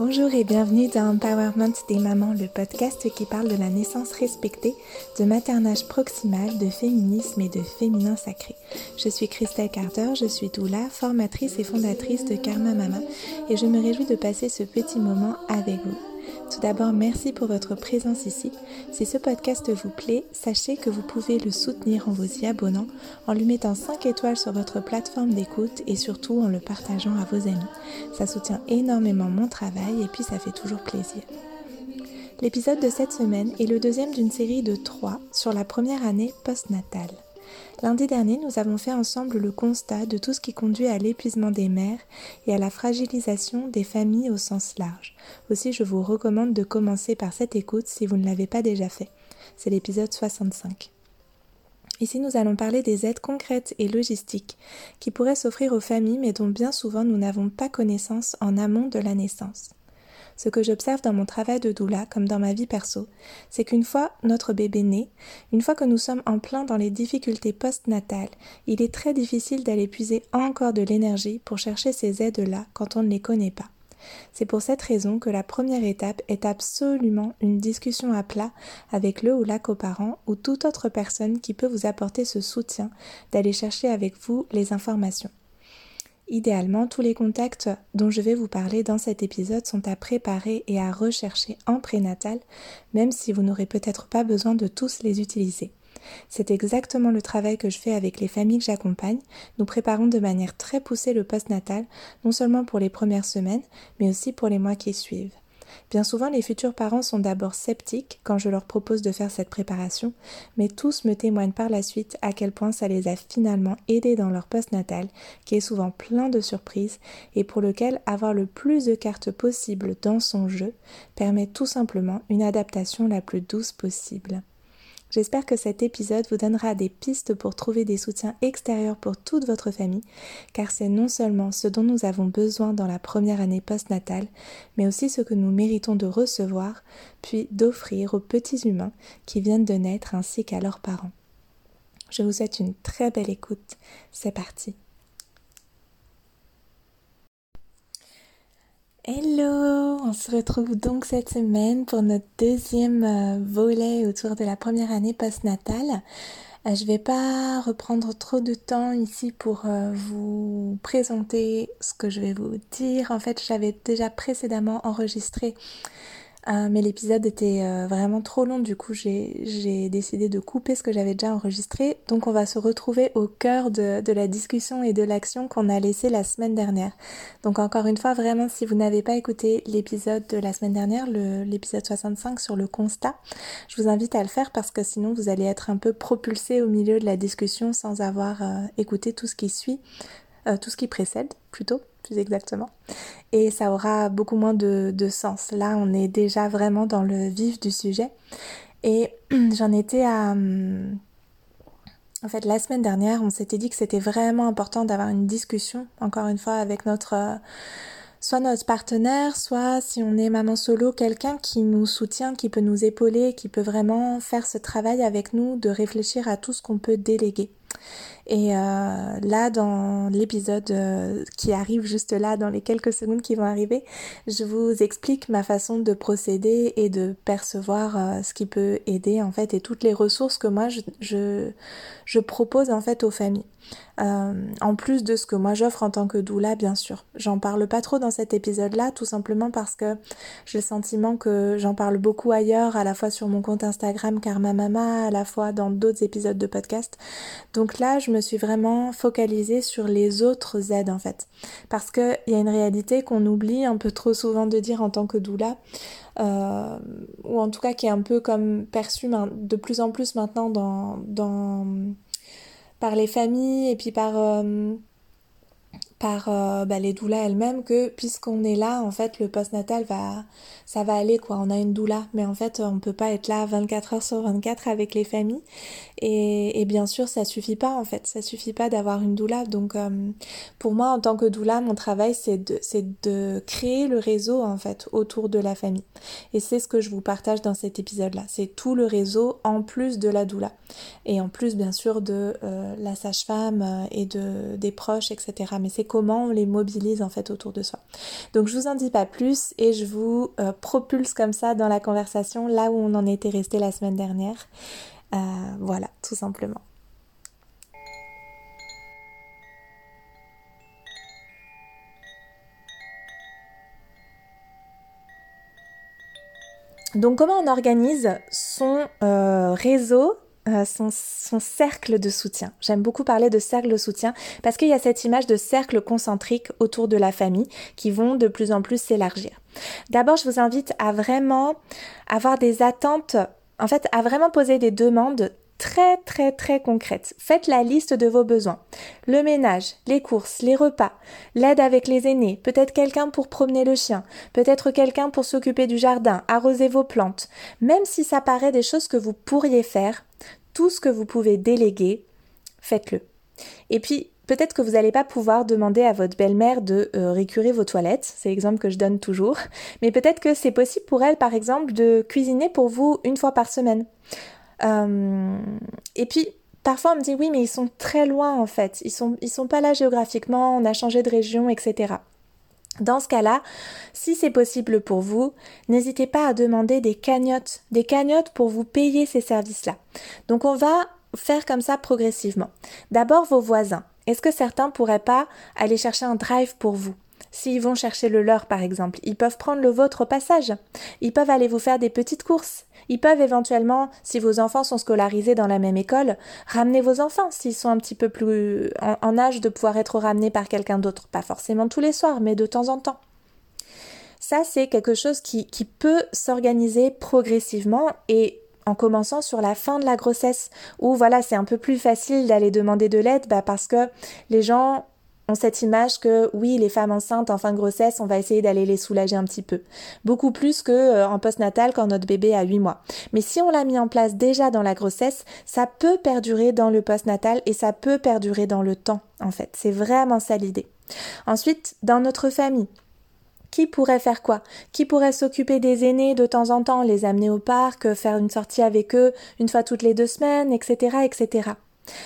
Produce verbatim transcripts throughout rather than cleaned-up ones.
Bonjour et bienvenue dans Empowerment des mamans, le podcast qui parle de la naissance respectée, de maternage proximal, de féminisme et de féminin sacré. Je suis Christelle Carter, je suis doula, formatrice et fondatrice de Karma Mama et je me réjouis de passer ce petit moment avec vous. Tout d'abord, merci pour votre présence ici. Si ce podcast vous plaît, sachez que vous pouvez le soutenir en vous y abonnant, en lui mettant cinq étoiles sur votre plateforme d'écoute et surtout en le partageant à vos amis. Ça soutient énormément mon travail et puis ça fait toujours plaisir. L'épisode de cette semaine est le deuxième d'une série de trois sur la première année postnatale. Lundi dernier, nous avons fait ensemble le constat de tout ce qui conduit à l'épuisement des mères et à la fragilisation des familles au sens large. Aussi, je vous recommande de commencer par cette écoute si vous ne l'avez pas déjà fait. C'est l'épisode soixante-cinq. Ici, nous allons parler des aides concrètes et logistiques qui pourraient s'offrir aux familles mais dont bien souvent nous n'avons pas connaissance en amont de la naissance. Ce que j'observe dans mon travail de doula, comme dans ma vie perso, c'est qu'une fois notre bébé né, une fois que nous sommes en plein dans les difficultés postnatales, il est très difficile d'aller puiser encore de l'énergie pour chercher ces aides-là quand on ne les connaît pas. C'est pour cette raison que la première étape est absolument une discussion à plat avec le ou la coparent ou toute autre personne qui peut vous apporter ce soutien d'aller chercher avec vous les informations. Idéalement, tous les contacts dont je vais vous parler dans cet épisode sont à préparer et à rechercher en prénatal, même si vous n'aurez peut-être pas besoin de tous les utiliser. C'est exactement le travail que je fais avec les familles que j'accompagne. Nous préparons de manière très poussée le postnatal, non seulement pour les premières semaines, mais aussi pour les mois qui suivent. Bien souvent, les futurs parents sont d'abord sceptiques quand je leur propose de faire cette préparation, mais tous me témoignent par la suite à quel point ça les a finalement aidés dans leur postnatal, qui est souvent plein de surprises et pour lequel avoir le plus de cartes possible dans son jeu permet tout simplement une adaptation la plus douce possible. J'espère que cet épisode vous donnera des pistes pour trouver des soutiens extérieurs pour toute votre famille, car c'est non seulement ce dont nous avons besoin dans la première année postnatale, mais aussi ce que nous méritons de recevoir, puis d'offrir aux petits humains qui viennent de naître ainsi qu'à leurs parents. Je vous souhaite une très belle écoute. C'est parti. Hello, on se retrouve donc cette semaine pour notre deuxième euh, volet autour de la première année postnatale. Euh, je ne vais pas reprendre trop de temps ici pour euh, vous présenter ce que je vais vous dire. En fait, j'avais déjà précédemment enregistré Euh, mais l'épisode était euh, vraiment trop long, du coup j'ai, j'ai décidé de couper ce que j'avais déjà enregistré. Donc on va se retrouver au cœur de, de la discussion et de l'action qu'on a laissé la semaine dernière. Donc encore une fois, vraiment, si vous n'avez pas écouté l'épisode de la semaine dernière, le, l'épisode soixante-cinq sur le constat, je vous invite à le faire parce que sinon vous allez être un peu propulsé au milieu de la discussion sans avoir euh, écouté tout ce qui suit, euh, tout ce qui précède plutôt, plus exactement. Et ça aura beaucoup moins de, de sens. Là, on est déjà vraiment dans le vif du sujet. Et j'en étais à... En fait, la semaine dernière, on s'était dit que c'était vraiment important d'avoir une discussion, encore une fois, avec notre... Euh, soit notre partenaire, soit si on est maman solo, quelqu'un qui nous soutient, qui peut nous épauler, qui peut vraiment faire ce travail avec nous, de réfléchir à tout ce qu'on peut déléguer. Et euh, là, dans l'épisode euh, qui arrive juste là, dans les quelques secondes qui vont arriver, je vous explique ma façon de procéder et de percevoir euh, ce qui peut aider en fait et toutes les ressources que moi je, je, je propose en fait aux familles. Euh, en plus de ce que moi j'offre en tant que doula, bien sûr. J'en parle pas trop dans cet épisode-là, tout simplement parce que j'ai le sentiment que j'en parle beaucoup ailleurs, à la fois sur mon compte Instagram Karma Mama, à la fois dans d'autres épisodes de podcast. Donc là, je me suis vraiment focalisée sur les autres aides en fait. Parce qu'il y a une réalité qu'on oublie un peu trop souvent de dire en tant que doula, euh, ou en tout cas qui est un peu comme perçue de plus en plus maintenant dans... dans par les familles et puis par, euh, par euh, bah, les doulas elles-mêmes, que puisqu'on est là, en fait, le postnatal va, ça va aller quoi, on a une doula, mais en fait, on peut pas être là vingt-quatre heures sur vingt-quatre avec les familles, et, et bien sûr, ça suffit pas, en fait, ça suffit pas d'avoir une doula, donc euh, pour moi, en tant que doula, mon travail, c'est de, c'est de créer le réseau, en fait, autour de la famille, et c'est ce que je vous partage dans cet épisode-là, c'est tout le réseau en plus de la doula, et en plus, bien sûr, de euh, la sage-femme et de, des proches, et cetera, mais c'est comment on les mobilise en fait autour de soi. Donc je vous en dis pas plus et je vous euh, propulse comme ça dans la conversation là où on en était resté la semaine dernière. Euh, voilà, tout simplement. Donc comment on organise son euh, réseau, euh, son, son cercle de soutien. J'aime beaucoup parler de cercle de soutien parce qu'il y a cette image de cercle concentrique autour de la famille qui vont de plus en plus s'élargir. D'abord, je vous invite à vraiment avoir des attentes, en fait, à vraiment poser des demandes très très très concrètes. Faites la liste de vos besoins. Le ménage, les courses, les repas, l'aide avec les aînés, peut-être quelqu'un pour promener le chien, peut-être quelqu'un pour s'occuper du jardin, arroser vos plantes. Même si ça paraît des choses que vous pourriez faire, tout ce que vous pouvez déléguer, faites-le. Et puis, peut-être que vous n'allez pas pouvoir demander à votre belle-mère de euh, récurer vos toilettes, c'est l'exemple que je donne toujours, mais peut-être que c'est possible pour elle, par exemple, de cuisiner pour vous une fois par semaine. Euh, et puis, parfois on me dit oui, mais ils sont très loin en fait, ils sont, ils sont pas là géographiquement, on a changé de région, et cetera. Dans ce cas-là, si c'est possible pour vous, n'hésitez pas à demander des cagnottes, des cagnottes pour vous payer ces services-là. Donc on va faire comme ça progressivement. D'abord vos voisins. Est-ce que certains pourraient pas aller chercher un drive pour vous ? S'ils vont chercher le leur par exemple, ils peuvent prendre le vôtre au passage. Ils peuvent aller vous faire des petites courses. Ils peuvent éventuellement, si vos enfants sont scolarisés dans la même école, ramener vos enfants s'ils sont un petit peu plus en, en âge de pouvoir être ramenés par quelqu'un d'autre. Pas forcément tous les soirs, mais de temps en temps. Ça, c'est quelque chose qui, qui peut s'organiser progressivement et en commençant sur la fin de la grossesse où voilà, c'est un peu plus facile d'aller demander de l'aide bah, parce que les gens ont cette image que oui, les femmes enceintes en fin de grossesse, on va essayer d'aller les soulager un petit peu. Beaucoup plus que euh, en postnatal quand notre bébé a huit mois. Mais si on l'a mis en place déjà dans la grossesse, ça peut perdurer dans le postnatal et ça peut perdurer dans le temps en fait. C'est vraiment ça l'idée. Ensuite, dans notre famille, qui pourrait faire quoi ? Qui pourrait s'occuper des aînés de temps en temps, les amener au parc, faire une sortie avec eux une fois toutes les deux semaines, et cetera, et cetera.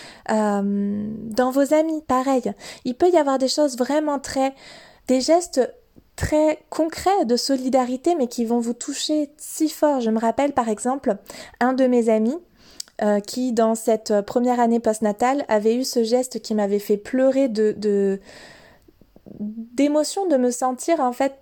Euh, dans vos amis, pareil. Il peut y avoir des choses vraiment très... des gestes très concrets de solidarité, mais qui vont vous toucher si fort. Je me rappelle par exemple un de mes amis euh, qui, dans cette première année postnatale, avait eu ce geste qui m'avait fait pleurer de... de d'émotion, de me sentir en fait,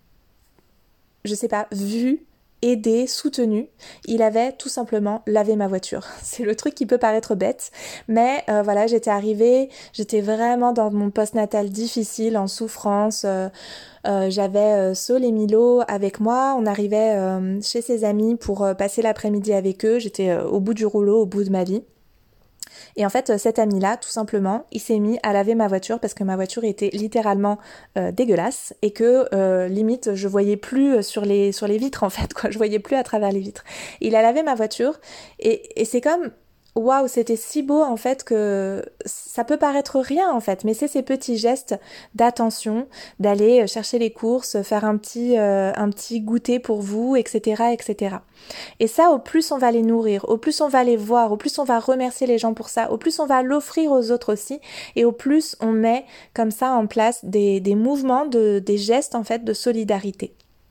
je sais pas, vue, aidée, soutenue. Il avait tout simplement lavé ma voiture. C'est le truc qui peut paraître bête, mais euh, voilà, j'étais arrivée, j'étais vraiment dans mon postnatal difficile, en souffrance. Euh, euh, j'avais euh, Saul et Milo avec moi. On arrivait euh, chez ses amis pour euh, passer l'après-midi avec eux. J'étais euh, au bout du rouleau, au bout de ma vie. Et en fait, cet ami-là, tout simplement, il s'est mis à laver ma voiture parce que ma voiture était littéralement euh, dégueulasse et que euh, limite, je voyais plus sur les, sur les vitres en fait, quoi. Je voyais plus à travers les vitres. Il a lavé ma voiture et, et c'est comme... Waouh, c'était si beau en fait que ça peut paraître rien en fait, mais c'est ces petits gestes d'attention, d'aller chercher les courses, faire un petit, euh, un petit goûter pour vous, et cetera, et cetera. Et ça, au plus on va les nourrir, au plus on va les voir, au plus on va remercier les gens pour ça, au plus on va l'offrir aux autres aussi, et au plus on met comme ça en place des, des mouvements, de, des gestes en fait de solidarité.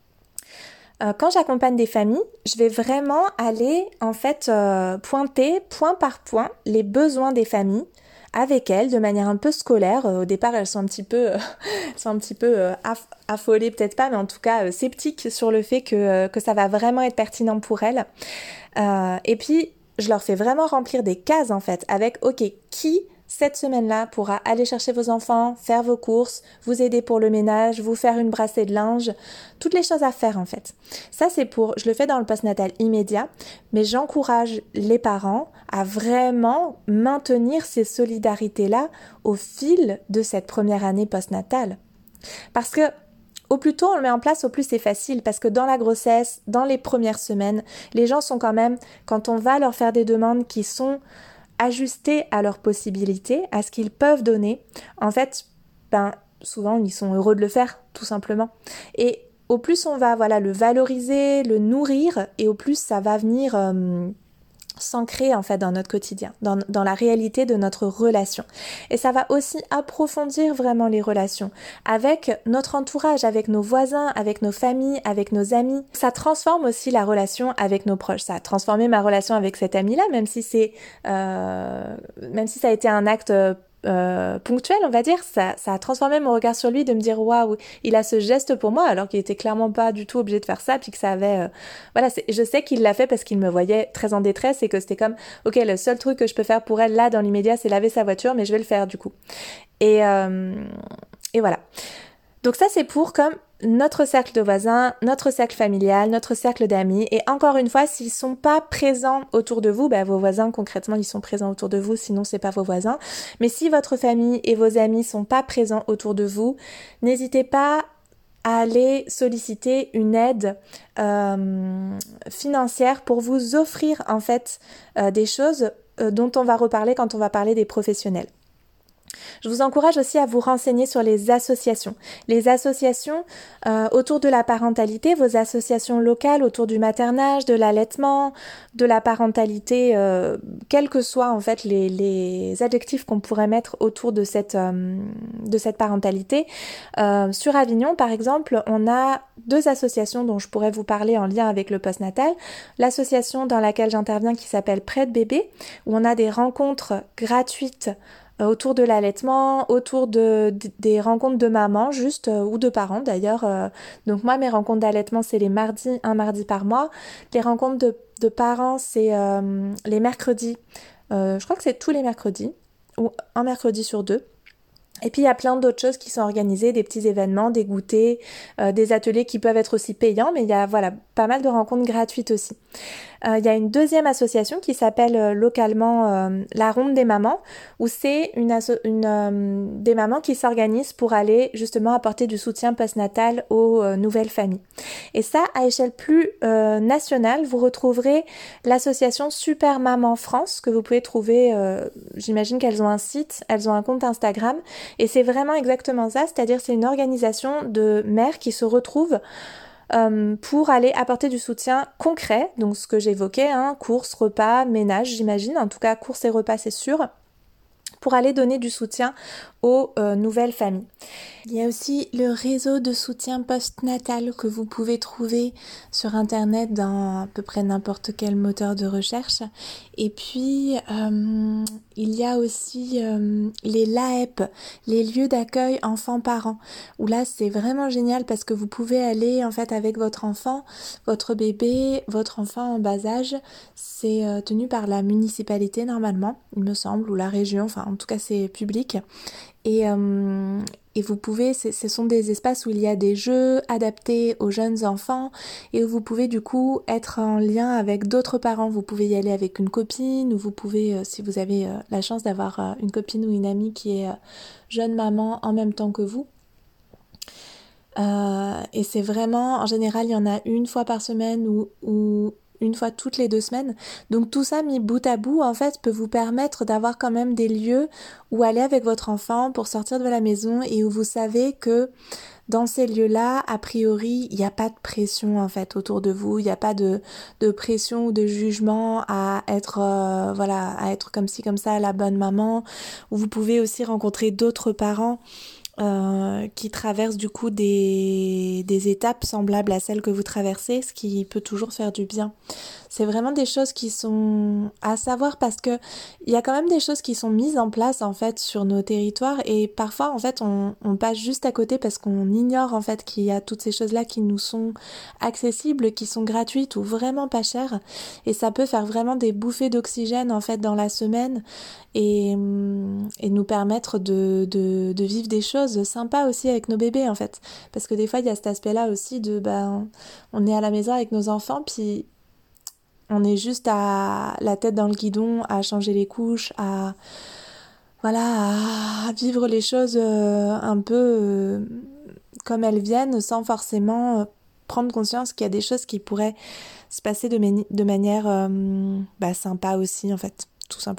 Euh, quand j'accompagne des familles, je vais vraiment aller en fait euh, pointer point par point les besoins des familles avec elles de manière un peu scolaire. Euh, au départ, elles sont un petit peu, euh, sont un petit peu euh, aff- affolées, peut-être pas, mais en tout cas euh, sceptiques sur le fait que, euh, que ça va vraiment être pertinent pour elles. Euh, et puis, je leur fais vraiment remplir des cases en fait avec, ok, qui cette semaine-là pourra aller chercher vos enfants, faire vos courses, vous aider pour le ménage, vous faire une brassée de linge, toutes les choses à faire en fait. Ça c'est pour, je le fais dans le postnatal immédiat, mais j'encourage les parents à vraiment maintenir ces solidarités-là au fil de cette première année postnatale. Parce que au plus tôt on le met en place, au plus c'est facile, parce que dans la grossesse, dans les premières semaines, les gens sont quand même, quand on va leur faire des demandes qui sont ajustés à leurs possibilités, à ce qu'ils peuvent donner, en fait, ben, souvent, ils sont heureux de le faire, tout simplement. Et au plus on va voilà, le valoriser, le nourrir, et au plus ça va venir euh, s'ancrer en fait dans notre quotidien, dans, dans la réalité de notre relation. Et ça va aussi approfondir vraiment les relations avec notre entourage, avec nos voisins, avec nos familles, avec nos amis. Ça transforme aussi la relation avec nos proches. Ça a transformé ma relation avec cet ami-là, même si c'est, euh, même si ça a été un acte Euh, ponctuel, on va dire, ça, ça a transformé mon regard sur lui, de me dire waouh, il a ce geste pour moi, alors qu'il était clairement pas du tout obligé de faire ça, puis que ça avait, euh, voilà, c'est, je sais qu'il l'a fait parce qu'il me voyait très en détresse et que c'était comme, ok, le seul truc que je peux faire pour elle là dans l'immédiat, c'est laver sa voiture, mais je vais le faire du coup. Et euh, et voilà. Donc ça, c'est pour comme notre cercle de voisins, notre cercle familial, notre cercle d'amis. Et encore une fois, s'ils sont pas présents autour de vous, ben vos voisins, concrètement, ils sont présents autour de vous, sinon c'est pas vos voisins. Mais si votre famille et vos amis sont pas présents autour de vous, n'hésitez pas à aller solliciter une aide euh, financière pour vous offrir en fait euh, des choses euh, dont on va reparler quand on va parler des professionnels. Je vous encourage aussi à vous renseigner sur les associations. Les associations euh, autour de la parentalité, vos associations locales autour du maternage, de l'allaitement, de la parentalité, euh, quels que soient en fait les, les adjectifs qu'on pourrait mettre autour de cette, euh, de cette parentalité. Euh, sur Avignon, par exemple, on a deux associations dont je pourrais vous parler en lien avec le postnatal. L'association dans laquelle j'interviens qui s'appelle Près de bébé, où on a des rencontres gratuites autour de l'allaitement, autour de, de, des rencontres de mamans juste, euh, ou de parents d'ailleurs. Euh, donc moi, mes rencontres d'allaitement, c'est les mardis, un mardi par mois. Les rencontres de, de parents, c'est euh, les mercredis. Euh, je crois que c'est tous les mercredis, ou un mercredi sur deux. Et puis il y a plein d'autres choses qui sont organisées, des petits événements, des goûters, euh, des ateliers qui peuvent être aussi payants, mais il y a voilà pas mal de rencontres gratuites aussi. Euh, il y a une deuxième association qui s'appelle euh, localement euh, la Ronde des mamans, où c'est une, asso- une euh, des mamans qui s'organisent pour aller justement apporter du soutien postnatal aux euh, nouvelles familles. Et ça, à échelle plus euh, nationale, vous retrouverez l'association Super Maman France, que vous pouvez trouver, euh, j'imagine qu'elles ont un site, elles ont un compte Instagram, et c'est vraiment exactement ça, c'est-à-dire c'est une organisation de mères qui se retrouvent Euh, pour aller apporter du soutien concret, donc ce que j'évoquais, hein, courses, repas, ménage, j'imagine, en tout cas courses et repas c'est sûr, pour aller donner du soutien aux euh, nouvelles familles. Il y a aussi le réseau de soutien postnatal que vous pouvez trouver sur internet dans à peu près n'importe quel moteur de recherche. Et puis euh, il y a aussi euh, les L A E P, les lieux d'accueil enfants-parents, où là c'est vraiment génial parce que vous pouvez aller en fait avec votre enfant, votre bébé, votre enfant en bas âge. C'est euh, tenu par la municipalité normalement, il me semble, ou la région, enfin en tout cas c'est public. Et, euh, et vous pouvez, ce sont des espaces où il y a des jeux adaptés aux jeunes enfants et où vous pouvez du coup être en lien avec d'autres parents. Vous pouvez y aller avec une copine ou vous pouvez, euh, si vous avez euh, la chance d'avoir euh, une copine ou une amie qui est euh, jeune maman en même temps que vous. Euh, et c'est vraiment, en général, il y en a une fois par semaine ou, ou une fois toutes les deux semaines. Donc tout ça mis bout à bout, en fait, peut vous permettre d'avoir quand même des lieux où aller avec votre enfant pour sortir de la maison et où vous savez que dans ces lieux-là, a priori, il n'y a pas de pression en fait autour de vous, il n'y a pas de, de pression ou de jugement à être euh, voilà, à être comme ci comme ça la bonne maman, où vous pouvez aussi rencontrer d'autres parents Euh, qui traversent du coup des, des étapes semblables à celles que vous traversez, ce qui peut toujours faire du bien. C'est vraiment des choses qui sont à savoir parce que il y a quand même des choses qui sont mises en place en fait sur nos territoires et parfois en fait on, on passe juste à côté parce qu'on ignore en fait qu'il y a toutes ces choses-là qui nous sont accessibles, qui sont gratuites ou vraiment pas chères et ça peut faire vraiment des bouffées d'oxygène en fait dans la semaine et, et nous permettre de, de, de vivre des choses sympas aussi avec nos bébés en fait parce que des fois il y a cet aspect-là aussi de ben on est à la maison avec nos enfants puis on est juste à la tête dans le guidon, à changer les couches, à voilà, à vivre les choses euh, un peu euh, comme elles viennent, sans forcément euh, prendre conscience qu'il y a des choses qui pourraient se passer de, mani- de manière euh, bah, sympa aussi, en fait, tout simplement.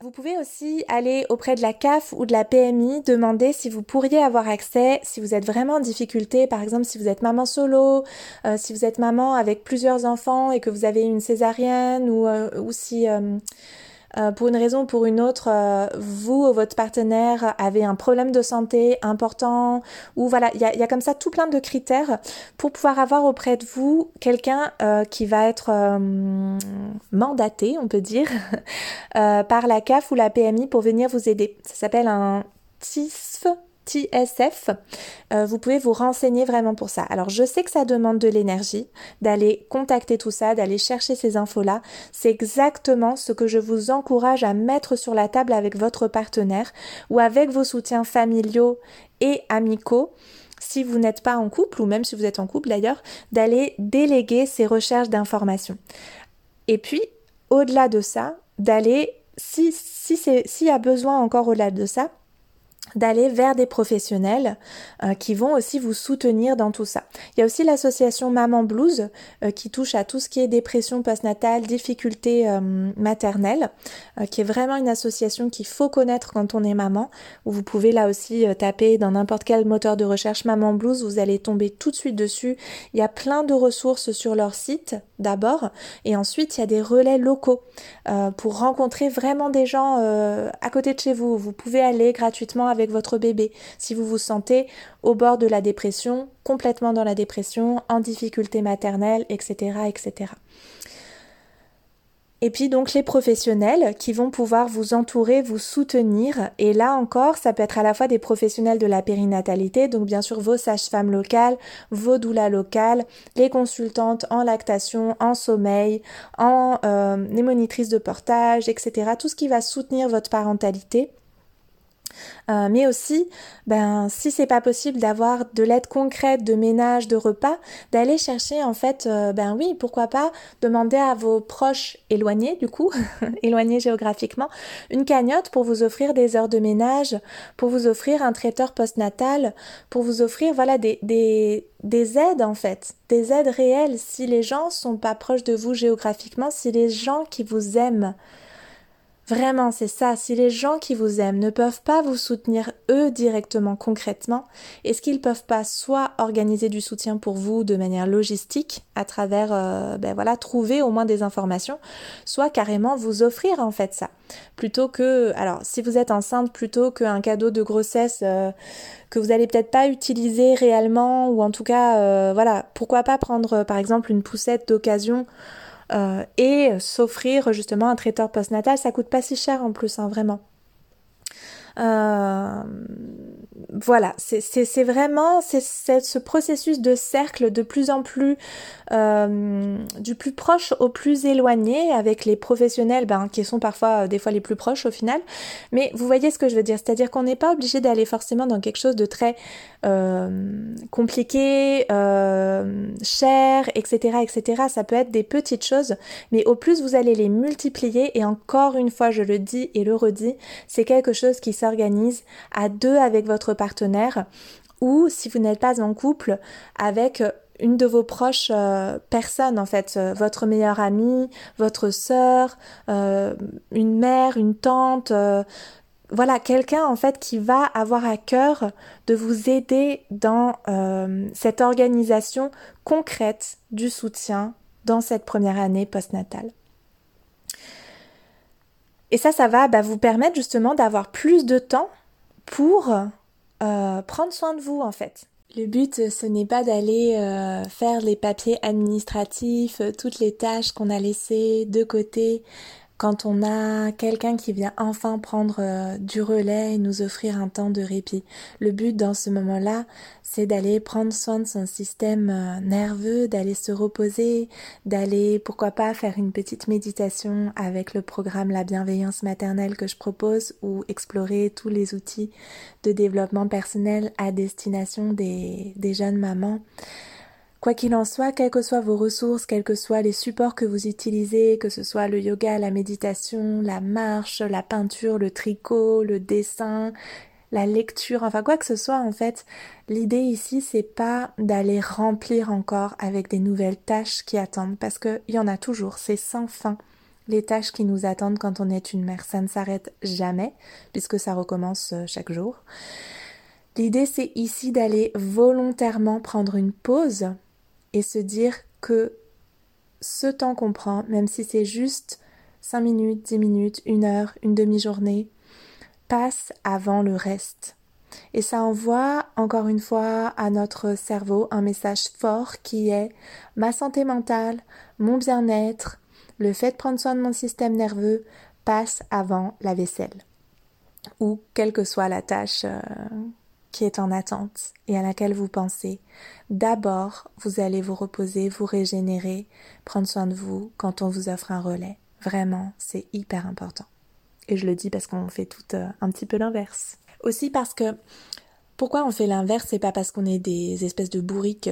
Vous pouvez aussi aller auprès de la C A F ou de la P M I, demander si vous pourriez avoir accès, si vous êtes vraiment en difficulté, par exemple si vous êtes maman solo, euh, si vous êtes maman avec plusieurs enfants et que vous avez une césarienne ou, euh, ou si... Euh, Euh, pour une raison ou pour une autre, euh, vous ou votre partenaire avez un problème de santé important, ou voilà, il y a, y a comme ça tout plein de critères pour pouvoir avoir auprès de vous quelqu'un euh, qui va être euh, mandaté, on peut dire, euh, par la C A F ou la P M I pour venir vous aider. Ça s'appelle un T I S F. T S F, euh, vous pouvez vous renseigner vraiment pour ça. Alors je sais que ça demande de l'énergie, d'aller contacter tout ça, d'aller chercher ces infos-là. C'est exactement ce que je vous encourage à mettre sur la table avec votre partenaire ou avec vos soutiens familiaux et amicaux. Si vous n'êtes pas en couple, ou même si vous êtes en couple d'ailleurs, d'aller déléguer ces recherches d'informations. Et puis, au-delà de ça, d'aller, si, si c'est, s'il y a besoin encore au-delà de ça, d'aller vers des professionnels euh, qui vont aussi vous soutenir dans tout ça. Il y a aussi l'association Maman Blues euh, qui touche à tout ce qui est dépression postnatale, difficultés euh, maternelles, euh, qui est vraiment une association qu'il faut connaître quand on est maman, où vous pouvez là aussi euh, taper dans n'importe quel moteur de recherche Maman Blues, vous allez tomber tout de suite dessus. Il y a plein de ressources sur leur site d'abord, et ensuite il y a des relais locaux euh, pour rencontrer vraiment des gens euh, à côté de chez vous. Vous pouvez aller gratuitement avec votre bébé si vous vous sentez au bord de la dépression, complètement dans la dépression, en difficulté maternelle, et cetera, et cetera. Et puis donc les professionnels qui vont pouvoir vous entourer, vous soutenir. Et là encore, ça peut être à la fois des professionnels de la périnatalité, donc bien sûr vos sages-femmes locales, vos doulas locales, les consultantes en lactation, en sommeil, en euh, les monitrices de portage, et cetera. Tout ce qui va soutenir votre parentalité. Euh, mais aussi, ben, si c'est pas possible d'avoir de l'aide concrète, de ménage, de repas, d'aller chercher en fait, euh, ben oui, pourquoi pas, demander à vos proches éloignés du coup, éloignés géographiquement, une cagnotte pour vous offrir des heures de ménage, pour vous offrir un traiteur postnatal, pour vous offrir voilà des, des, des aides en fait, des aides réelles si les gens sont pas proches de vous géographiquement, si les gens qui vous aiment. Vraiment, c'est ça. Si les gens qui vous aiment ne peuvent pas vous soutenir eux directement, concrètement, est-ce qu'ils peuvent pas soit organiser du soutien pour vous de manière logistique, à travers, euh, ben voilà, trouver au moins des informations, soit carrément vous offrir en fait ça. Plutôt que, alors si vous êtes enceinte, plutôt qu'un cadeau de grossesse euh, que vous allez peut-être pas utiliser réellement, ou en tout cas, euh, voilà, pourquoi pas prendre par exemple une poussette d'occasion. Euh, et s'offrir justement un traiteur postnatal, ça coûte pas si cher en plus, hein, vraiment. Euh, voilà, c'est, c'est, c'est vraiment c'est, c'est ce processus de cercle de plus en plus euh, du plus proche au plus éloigné, avec les professionnels ben, qui sont parfois euh, des fois les plus proches au final, mais vous voyez ce que je veux dire, c'est-à-dire qu'on n'est pas obligé d'aller forcément dans quelque chose de très euh, compliqué, euh, cher, et cetera, et cetera. Ça peut être des petites choses, mais au plus vous allez les multiplier, et encore une fois je le dis et le redis, c'est quelque chose qui s'organise à deux avec votre partenaire, ou si vous n'êtes pas en couple, avec une de vos proches euh, personnes en fait, euh, votre meilleure amie, votre sœur, euh, une mère, une tante, euh, voilà, quelqu'un en fait qui va avoir à cœur de vous aider dans euh, cette organisation concrète du soutien dans cette première année postnatale. Et ça, ça va bah, vous permettre justement d'avoir plus de temps pour euh, prendre soin de vous en fait. Le but, ce n'est pas d'aller euh, faire les papiers administratifs, euh, toutes les tâches qu'on a laissées de côté quand on a quelqu'un qui vient enfin prendre euh, du relais et nous offrir un temps de répit. Le but dans ce moment-là, c'est d'aller prendre soin de son système euh, nerveux, d'aller se reposer, d'aller, pourquoi pas, faire une petite méditation avec le programme La Bienveillance Maternelle que je propose, ou explorer tous les outils de développement personnel à destination des, des jeunes mamans. Quoi qu'il en soit, quelles que soient vos ressources, quels que soient les supports que vous utilisez, que ce soit le yoga, la méditation, la marche, la peinture, le tricot, le dessin, la lecture, enfin quoi que ce soit en fait, l'idée ici c'est pas d'aller remplir encore avec des nouvelles tâches qui attendent, parce qu'il y en a toujours, c'est sans fin. les tâches qui nous attendent quand on est une mère. Ça ne s'arrête jamais, puisque ça recommence chaque jour. L'idée, c'est ici d'aller volontairement prendre une pause et se dire que ce temps qu'on prend, même si c'est juste cinq minutes, dix minutes, une heure, une demi-journée, passe avant le reste. Et ça envoie, encore une fois, à notre cerveau un message fort qui est ma santé mentale, mon bien-être, le fait de prendre soin de mon système nerveux passe avant la vaisselle. Ou quelle que soit la tâche euh, qui est en attente et à laquelle vous pensez. D'abord, vous allez vous reposer, vous régénérer, prendre soin de vous quand on vous offre un relais. Vraiment, c'est hyper important. Et je le dis parce qu'on fait tout euh, un petit peu l'inverse. Aussi parce que, pourquoi on fait l'inverse? C'est pas parce qu'on est des espèces de bourriques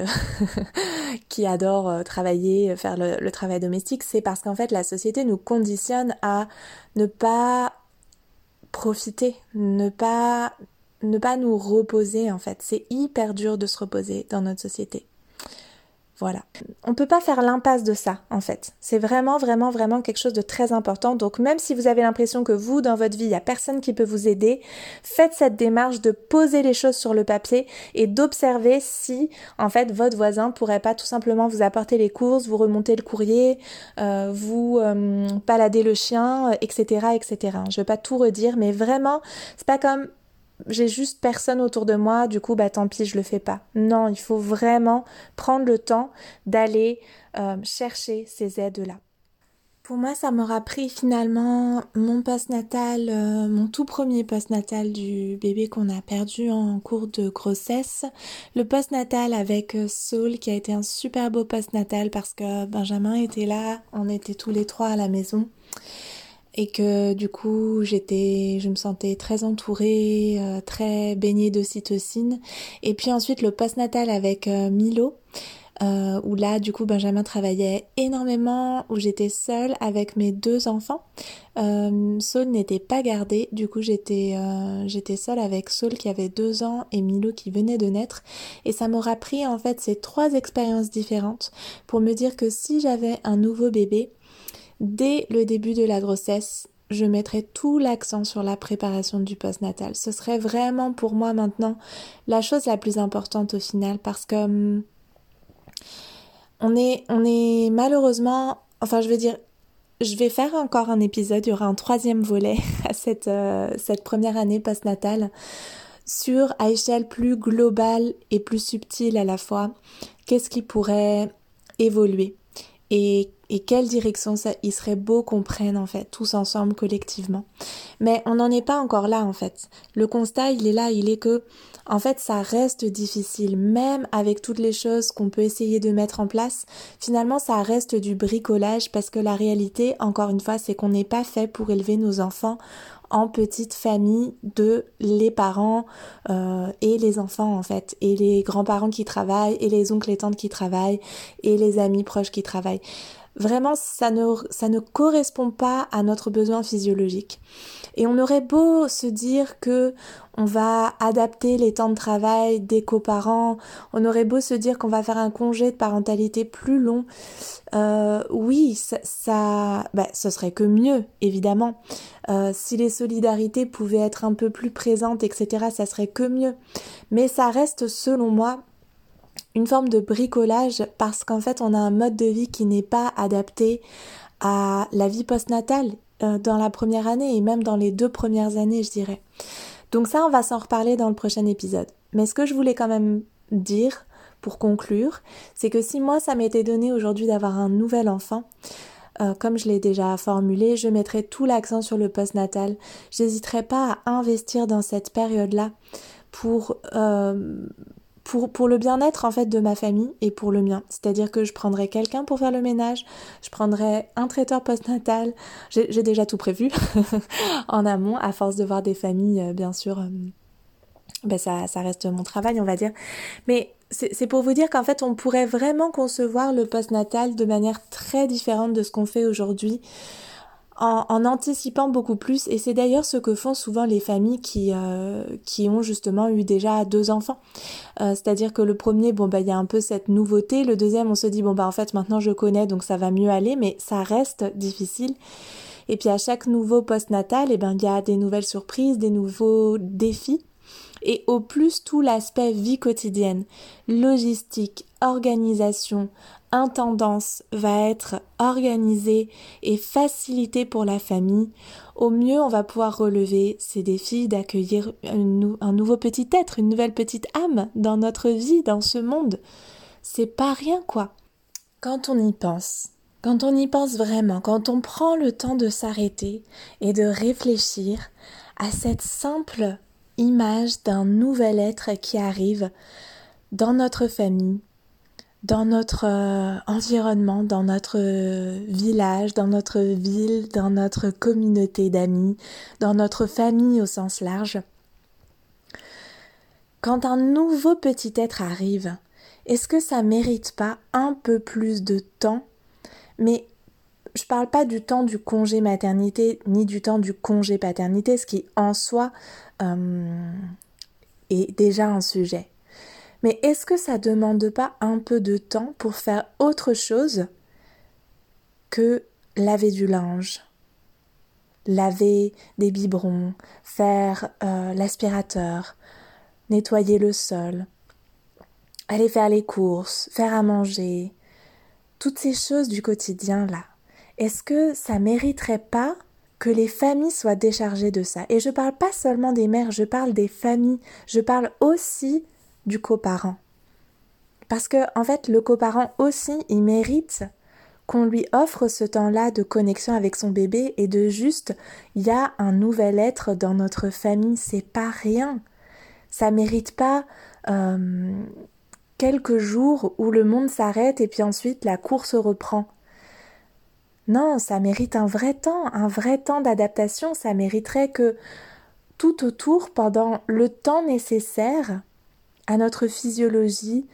qui adorent euh, travailler, faire le, le travail domestique. C'est parce qu'en fait, la société nous conditionne à ne pas profiter, ne pas, ne pas nous reposer en fait. C'est hyper dur de se reposer dans notre société. Voilà. On peut pas faire l'impasse de ça, en fait. C'est vraiment, vraiment, vraiment quelque chose de très important. Donc, même si vous avez l'impression que vous, dans votre vie, il y a personne qui peut vous aider, faites cette démarche de poser les choses sur le papier et d'observer si, en fait, votre voisin pourrait pas tout simplement vous apporter les courses, vous remonter le courrier, euh, vous euh, balader le chien, et cetera, et cetera. Je vais pas tout redire, mais vraiment, c'est pas comme j'ai juste personne autour de moi, du coup, bah tant pis, je le fais pas. Non, il faut vraiment prendre le temps d'aller euh, chercher ces aides-là. Pour moi, ça m'aura pris finalement mon postnatal, euh, mon tout premier postnatal du bébé qu'on a perdu en cours de grossesse. Le postnatal avec Saul, qui a été un super beau postnatal parce que Benjamin était là, on était tous les trois à la maison. Et que du coup j'étais, je me sentais très entourée, euh, très baignée d'ocytocine. Et puis ensuite le postnatal avec euh, Milo, euh, où là du coup Benjamin travaillait énormément, où j'étais seule avec mes deux enfants. Euh, Saul n'était pas gardé, du coup j'étais euh, j'étais seule avec Saul qui avait deux ans et Milo qui venait de naître. Et ça m'aura pris en fait ces trois expériences différentes pour me dire que si j'avais un nouveau bébé, dès le début de la grossesse, je mettrais tout l'accent sur la préparation du postnatal. Ce serait vraiment pour moi maintenant la chose la plus importante au final parce que hum, on est, on est malheureusement, enfin je veux dire, je vais faire encore un épisode, il y aura un troisième volet à cette, euh, cette première année postnatale sur à échelle plus globale et plus subtile à la fois, qu'est-ce qui pourrait évoluer et et quelle direction ça, il serait beau qu'on prenne en fait, tous ensemble, collectivement. Mais on n'en est pas encore là en fait. Le constat, il est là, il est que, en fait, ça reste difficile, même avec toutes les choses qu'on peut essayer de mettre en place. Finalement, ça reste du bricolage parce que la réalité, encore une fois, c'est qu'on n'est pas fait pour élever nos enfants en petite famille de les parents euh, et les enfants en fait, et les grands-parents qui travaillent, et les oncles et tantes qui travaillent, et les amis proches qui travaillent. Vraiment, ça ne, ça ne correspond pas à notre besoin physiologique. Et on aurait beau se dire que on va adapter les temps de travail des coparents, on aurait beau se dire qu'on va faire un congé de parentalité plus long, euh, oui, ça, ça bah, ce serait que mieux, évidemment. Euh, si les solidarités pouvaient être un peu plus présentes, et cetera, ça serait que mieux. Mais ça reste, selon moi, une forme de bricolage parce qu'en fait on a un mode de vie qui n'est pas adapté à la vie postnatale euh, dans la première année et même dans les deux premières années je dirais. Donc ça on va s'en reparler dans le prochain épisode. Mais ce que je voulais quand même dire pour conclure, c'est que si moi ça m'était donné aujourd'hui d'avoir un nouvel enfant, euh, comme je l'ai déjà formulé, je mettrais tout l'accent sur le postnatal. J'hésiterais pas à investir dans cette période-là pour... Euh, Pour, pour le bien-être en fait de ma famille et pour le mien. C'est-à-dire que je prendrais quelqu'un pour faire le ménage, je prendrais un traiteur postnatal, j'ai, j'ai déjà tout prévu en amont, à force de voir des familles, euh, bien sûr, euh, ben ça, ça reste mon travail on va dire. Mais c'est, c'est pour vous dire qu'en fait on pourrait vraiment concevoir le postnatal de manière très différente de ce qu'on fait aujourd'hui. en, en anticipant beaucoup plus. Et c'est d'ailleurs ce que font souvent les familles qui, euh, qui ont justement eu déjà deux enfants. Euh, c'est-à-dire que le premier, bon bah il y a un peu cette nouveauté. Le deuxième, on se dit bon bah en fait maintenant je connais donc ça va mieux aller, mais ça reste difficile. Et puis à chaque nouveau postnatal, eh ben il y a des nouvelles surprises, des nouveaux défis. Et au plus tout l'aspect vie quotidienne, logistique, organisation, intendance va être organisé et facilité pour la famille, au mieux on va pouvoir relever ces défis d'accueillir un, un nouveau petit être, une nouvelle petite âme dans notre vie, dans ce monde. C'est pas rien quoi. Quand on y pense, quand on y pense vraiment, quand on prend le temps de s'arrêter et de réfléchir à cette simple image d'un nouvel être qui arrive dans notre famille, dans notre euh, environnement, dans notre euh, village, dans notre ville, dans notre communauté d'amis, dans notre famille au sens large. Quand un nouveau petit être arrive, est-ce que ça mérite pas un peu plus de temps? Mais je parle pas du temps du congé maternité ni du temps du congé paternité, ce qui en soi euh, est déjà un sujet. Mais est-ce que ça demande pas un peu de temps pour faire autre chose que laver du linge, laver des biberons, faire euh, l'aspirateur, nettoyer le sol, aller faire les courses, faire à manger, toutes ces choses du quotidien là? Est-ce que ça mériterait pas que les familles soient déchargées de ça? Et je parle pas seulement des mères, je parle des familles, je parle aussi du coparent. Parce que, en fait, le coparent aussi, il mérite qu'on lui offre ce temps-là de connexion avec son bébé et de juste, il y a un nouvel être dans notre famille, c'est pas rien. Ça mérite pas euh, quelques jours où le monde s'arrête et puis ensuite la course reprend. Non, ça mérite un vrai temps, un vrai temps d'adaptation. Ça mériterait que tout autour, pendant le temps nécessaire à notre physiologie,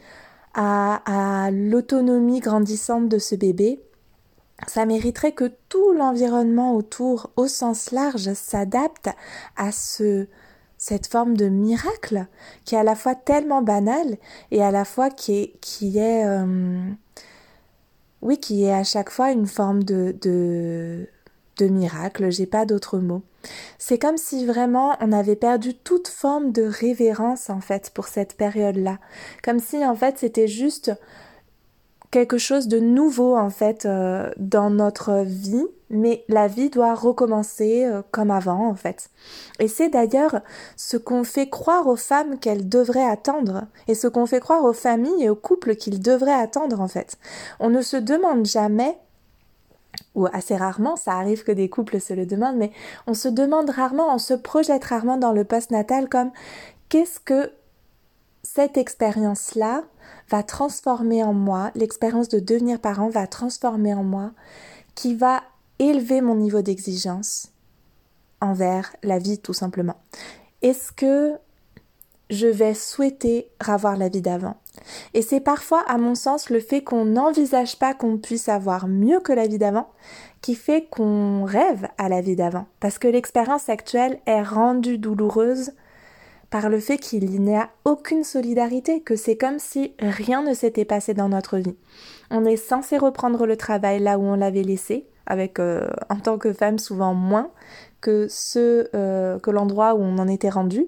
à, à l'autonomie grandissante de ce bébé, ça mériterait que tout l'environnement autour, au sens large, s'adapte à ce, cette forme de miracle qui est à la fois tellement banale et à la fois qui est, qui est euh, oui, qui est à chaque fois une forme de, de, de miracle, j'ai pas d'autre mot. C'est comme si vraiment on avait perdu toute forme de révérence en fait pour cette période-là. Comme si en fait c'était juste quelque chose de nouveau en fait euh, dans notre vie, mais la vie doit recommencer euh, comme avant en fait. Et c'est d'ailleurs ce qu'on fait croire aux femmes qu'elles devraient attendre, et ce qu'on fait croire aux familles et aux couples qu'ils devraient attendre en fait. On ne se demande jamais, ou assez rarement, ça arrive que des couples se le demandent, mais on se demande rarement, on se projette rarement dans le postnatal comme qu'est-ce que cette expérience-là va transformer en moi, l'expérience de devenir parent va transformer en moi, qui va élever mon niveau d'exigence envers la vie tout simplement. Est-ce que je vais souhaiter revoir la vie d'avant? Et c'est parfois, à mon sens, le fait qu'on n'envisage pas qu'on puisse avoir mieux que la vie d'avant qui fait qu'on rêve à la vie d'avant. Parce que l'expérience actuelle est rendue douloureuse par le fait qu'il n'y a aucune solidarité, que c'est comme si rien ne s'était passé dans notre vie. On est censé reprendre le travail là où on l'avait laissé, avec euh, en tant que femme souvent moins que, ce, euh, que l'endroit où on en était rendu.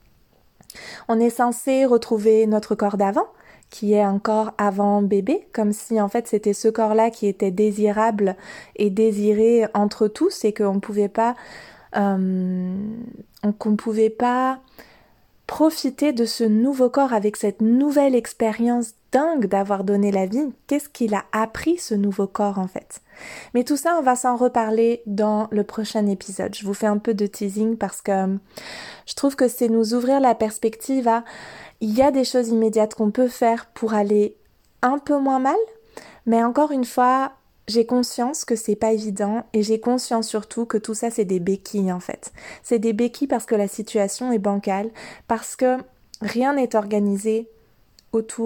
On est censé retrouver notre corps d'avant, qui est un corps avant bébé, comme si en fait c'était ce corps-là qui était désirable et désiré entre tous et qu'on ne pouvait pas, euh, qu'on ne pouvait pas profiter de ce nouveau corps avec cette nouvelle expérience dingue d'avoir donné la vie. Qu'est-ce qu'il a appris ce nouveau corps en fait? Mais tout ça, on va s'en reparler dans le prochain épisode. Je vous fais un peu de teasing parce que je trouve que c'est nous ouvrir la perspective à il y a des choses immédiates qu'on peut faire pour aller un peu moins mal, mais encore une fois, j'ai conscience que c'est pas évident et j'ai conscience surtout que tout ça c'est des béquilles en fait. C'est des béquilles parce que la situation est bancale, parce que rien n'est organisé autour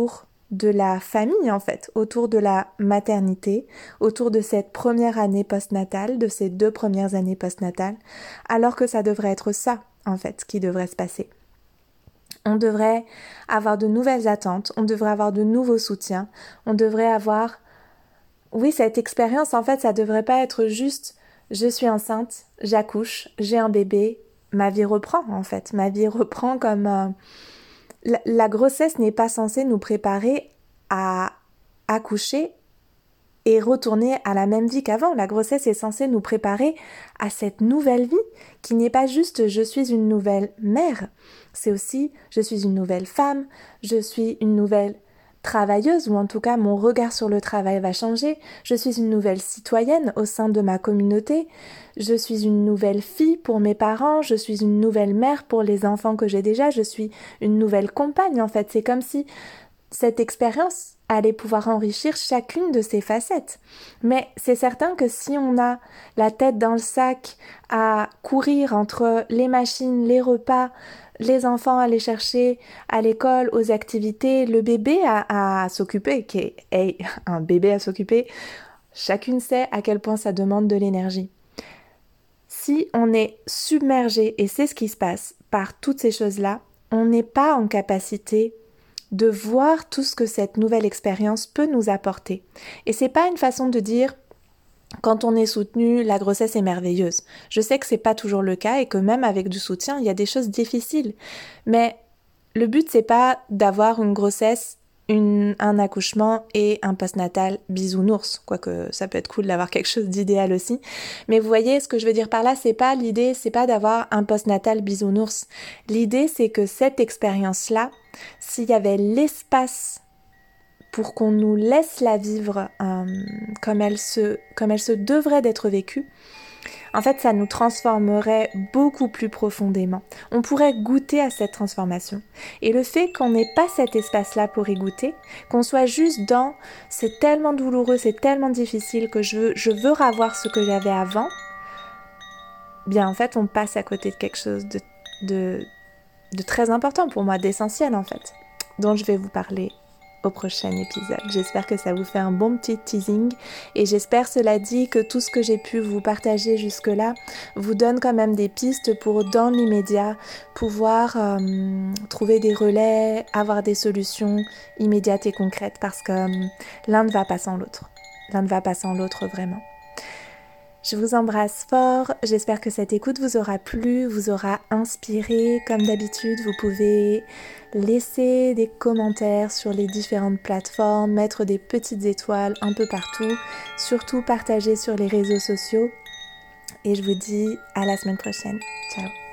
de la famille en fait, autour de la maternité, autour de cette première année postnatale, de ces deux premières années postnatales, alors que ça devrait être ça en fait qui devrait se passer. On devrait avoir de nouvelles attentes, on devrait avoir de nouveaux soutiens, on devrait avoir... Oui, cette expérience, en fait, ça devrait pas être juste « je suis enceinte, j'accouche, j'ai un bébé, ma vie reprend » en fait. Ma vie reprend comme... Euh... La, la grossesse n'est pas censée nous préparer à accoucher et retourner à la même vie qu'avant. La grossesse est censée nous préparer à cette nouvelle vie qui n'est pas juste « je suis une nouvelle mère », c'est aussi « je suis une nouvelle femme, je suis une nouvelle travailleuse » ou en tout cas mon regard sur le travail va changer, je suis une nouvelle citoyenne au sein de ma communauté, je suis une nouvelle fille pour mes parents, je suis une nouvelle mère pour les enfants que j'ai déjà, je suis une nouvelle compagne en fait. C'est comme si cette expérience allait pouvoir enrichir chacune de ces facettes. Mais c'est certain que si on a la tête dans le sac à courir entre les machines, les repas, les enfants à les chercher à l'école, aux activités, le bébé à, à s'occuper, qui est hey, un bébé à s'occuper, chacune sait à quel point ça demande de l'énergie. Si on est submergé, et c'est ce qui se passe, par toutes ces choses-là, on n'est pas en capacité de voir tout ce que cette nouvelle expérience peut nous apporter. Et c'est pas une façon de dire quand on est soutenu, la grossesse est merveilleuse. Je sais que c'est pas toujours le cas et que même avec du soutien, il y a des choses difficiles. Mais le but c'est pas d'avoir une grossesse, une, un accouchement et un postnatal bisounours, quoique ça peut être cool d'avoir quelque chose d'idéal aussi. Mais vous voyez, ce que je veux dire par là, c'est pas l'idée, c'est pas d'avoir un postnatal bisounours. L'idée c'est que cette expérience-là, s'il y avait l'espace pour qu'on nous laisse la vivre euh, comme elle se, comme elle se devrait d'être vécue, en fait, ça nous transformerait beaucoup plus profondément. On pourrait goûter à cette transformation. Et le fait qu'on n'ait pas cet espace-là pour y goûter, qu'on soit juste dans « c'est tellement douloureux, c'est tellement difficile que je veux, je veux revoir ce que j'avais avant », bien en fait, on passe à côté de quelque chose de, de, de très important pour moi, d'essentiel en fait, dont je vais vous parler au prochain épisode. J'espère que ça vous fait un bon petit teasing et j'espère, cela dit, que tout ce que j'ai pu vous partager jusque-là vous donne quand même des pistes pour, dans l'immédiat, pouvoir euh, trouver des relais, avoir des solutions immédiates et concrètes parce que euh, l'un ne va pas sans l'autre. L'un ne va pas sans l'autre vraiment. Je vous embrasse fort, j'espère que cette écoute vous aura plu, vous aura inspiré. Comme d'habitude, vous pouvez laisser des commentaires sur les différentes plateformes, mettre des petites étoiles un peu partout, surtout partager sur les réseaux sociaux. Et je vous dis à la semaine prochaine. Ciao.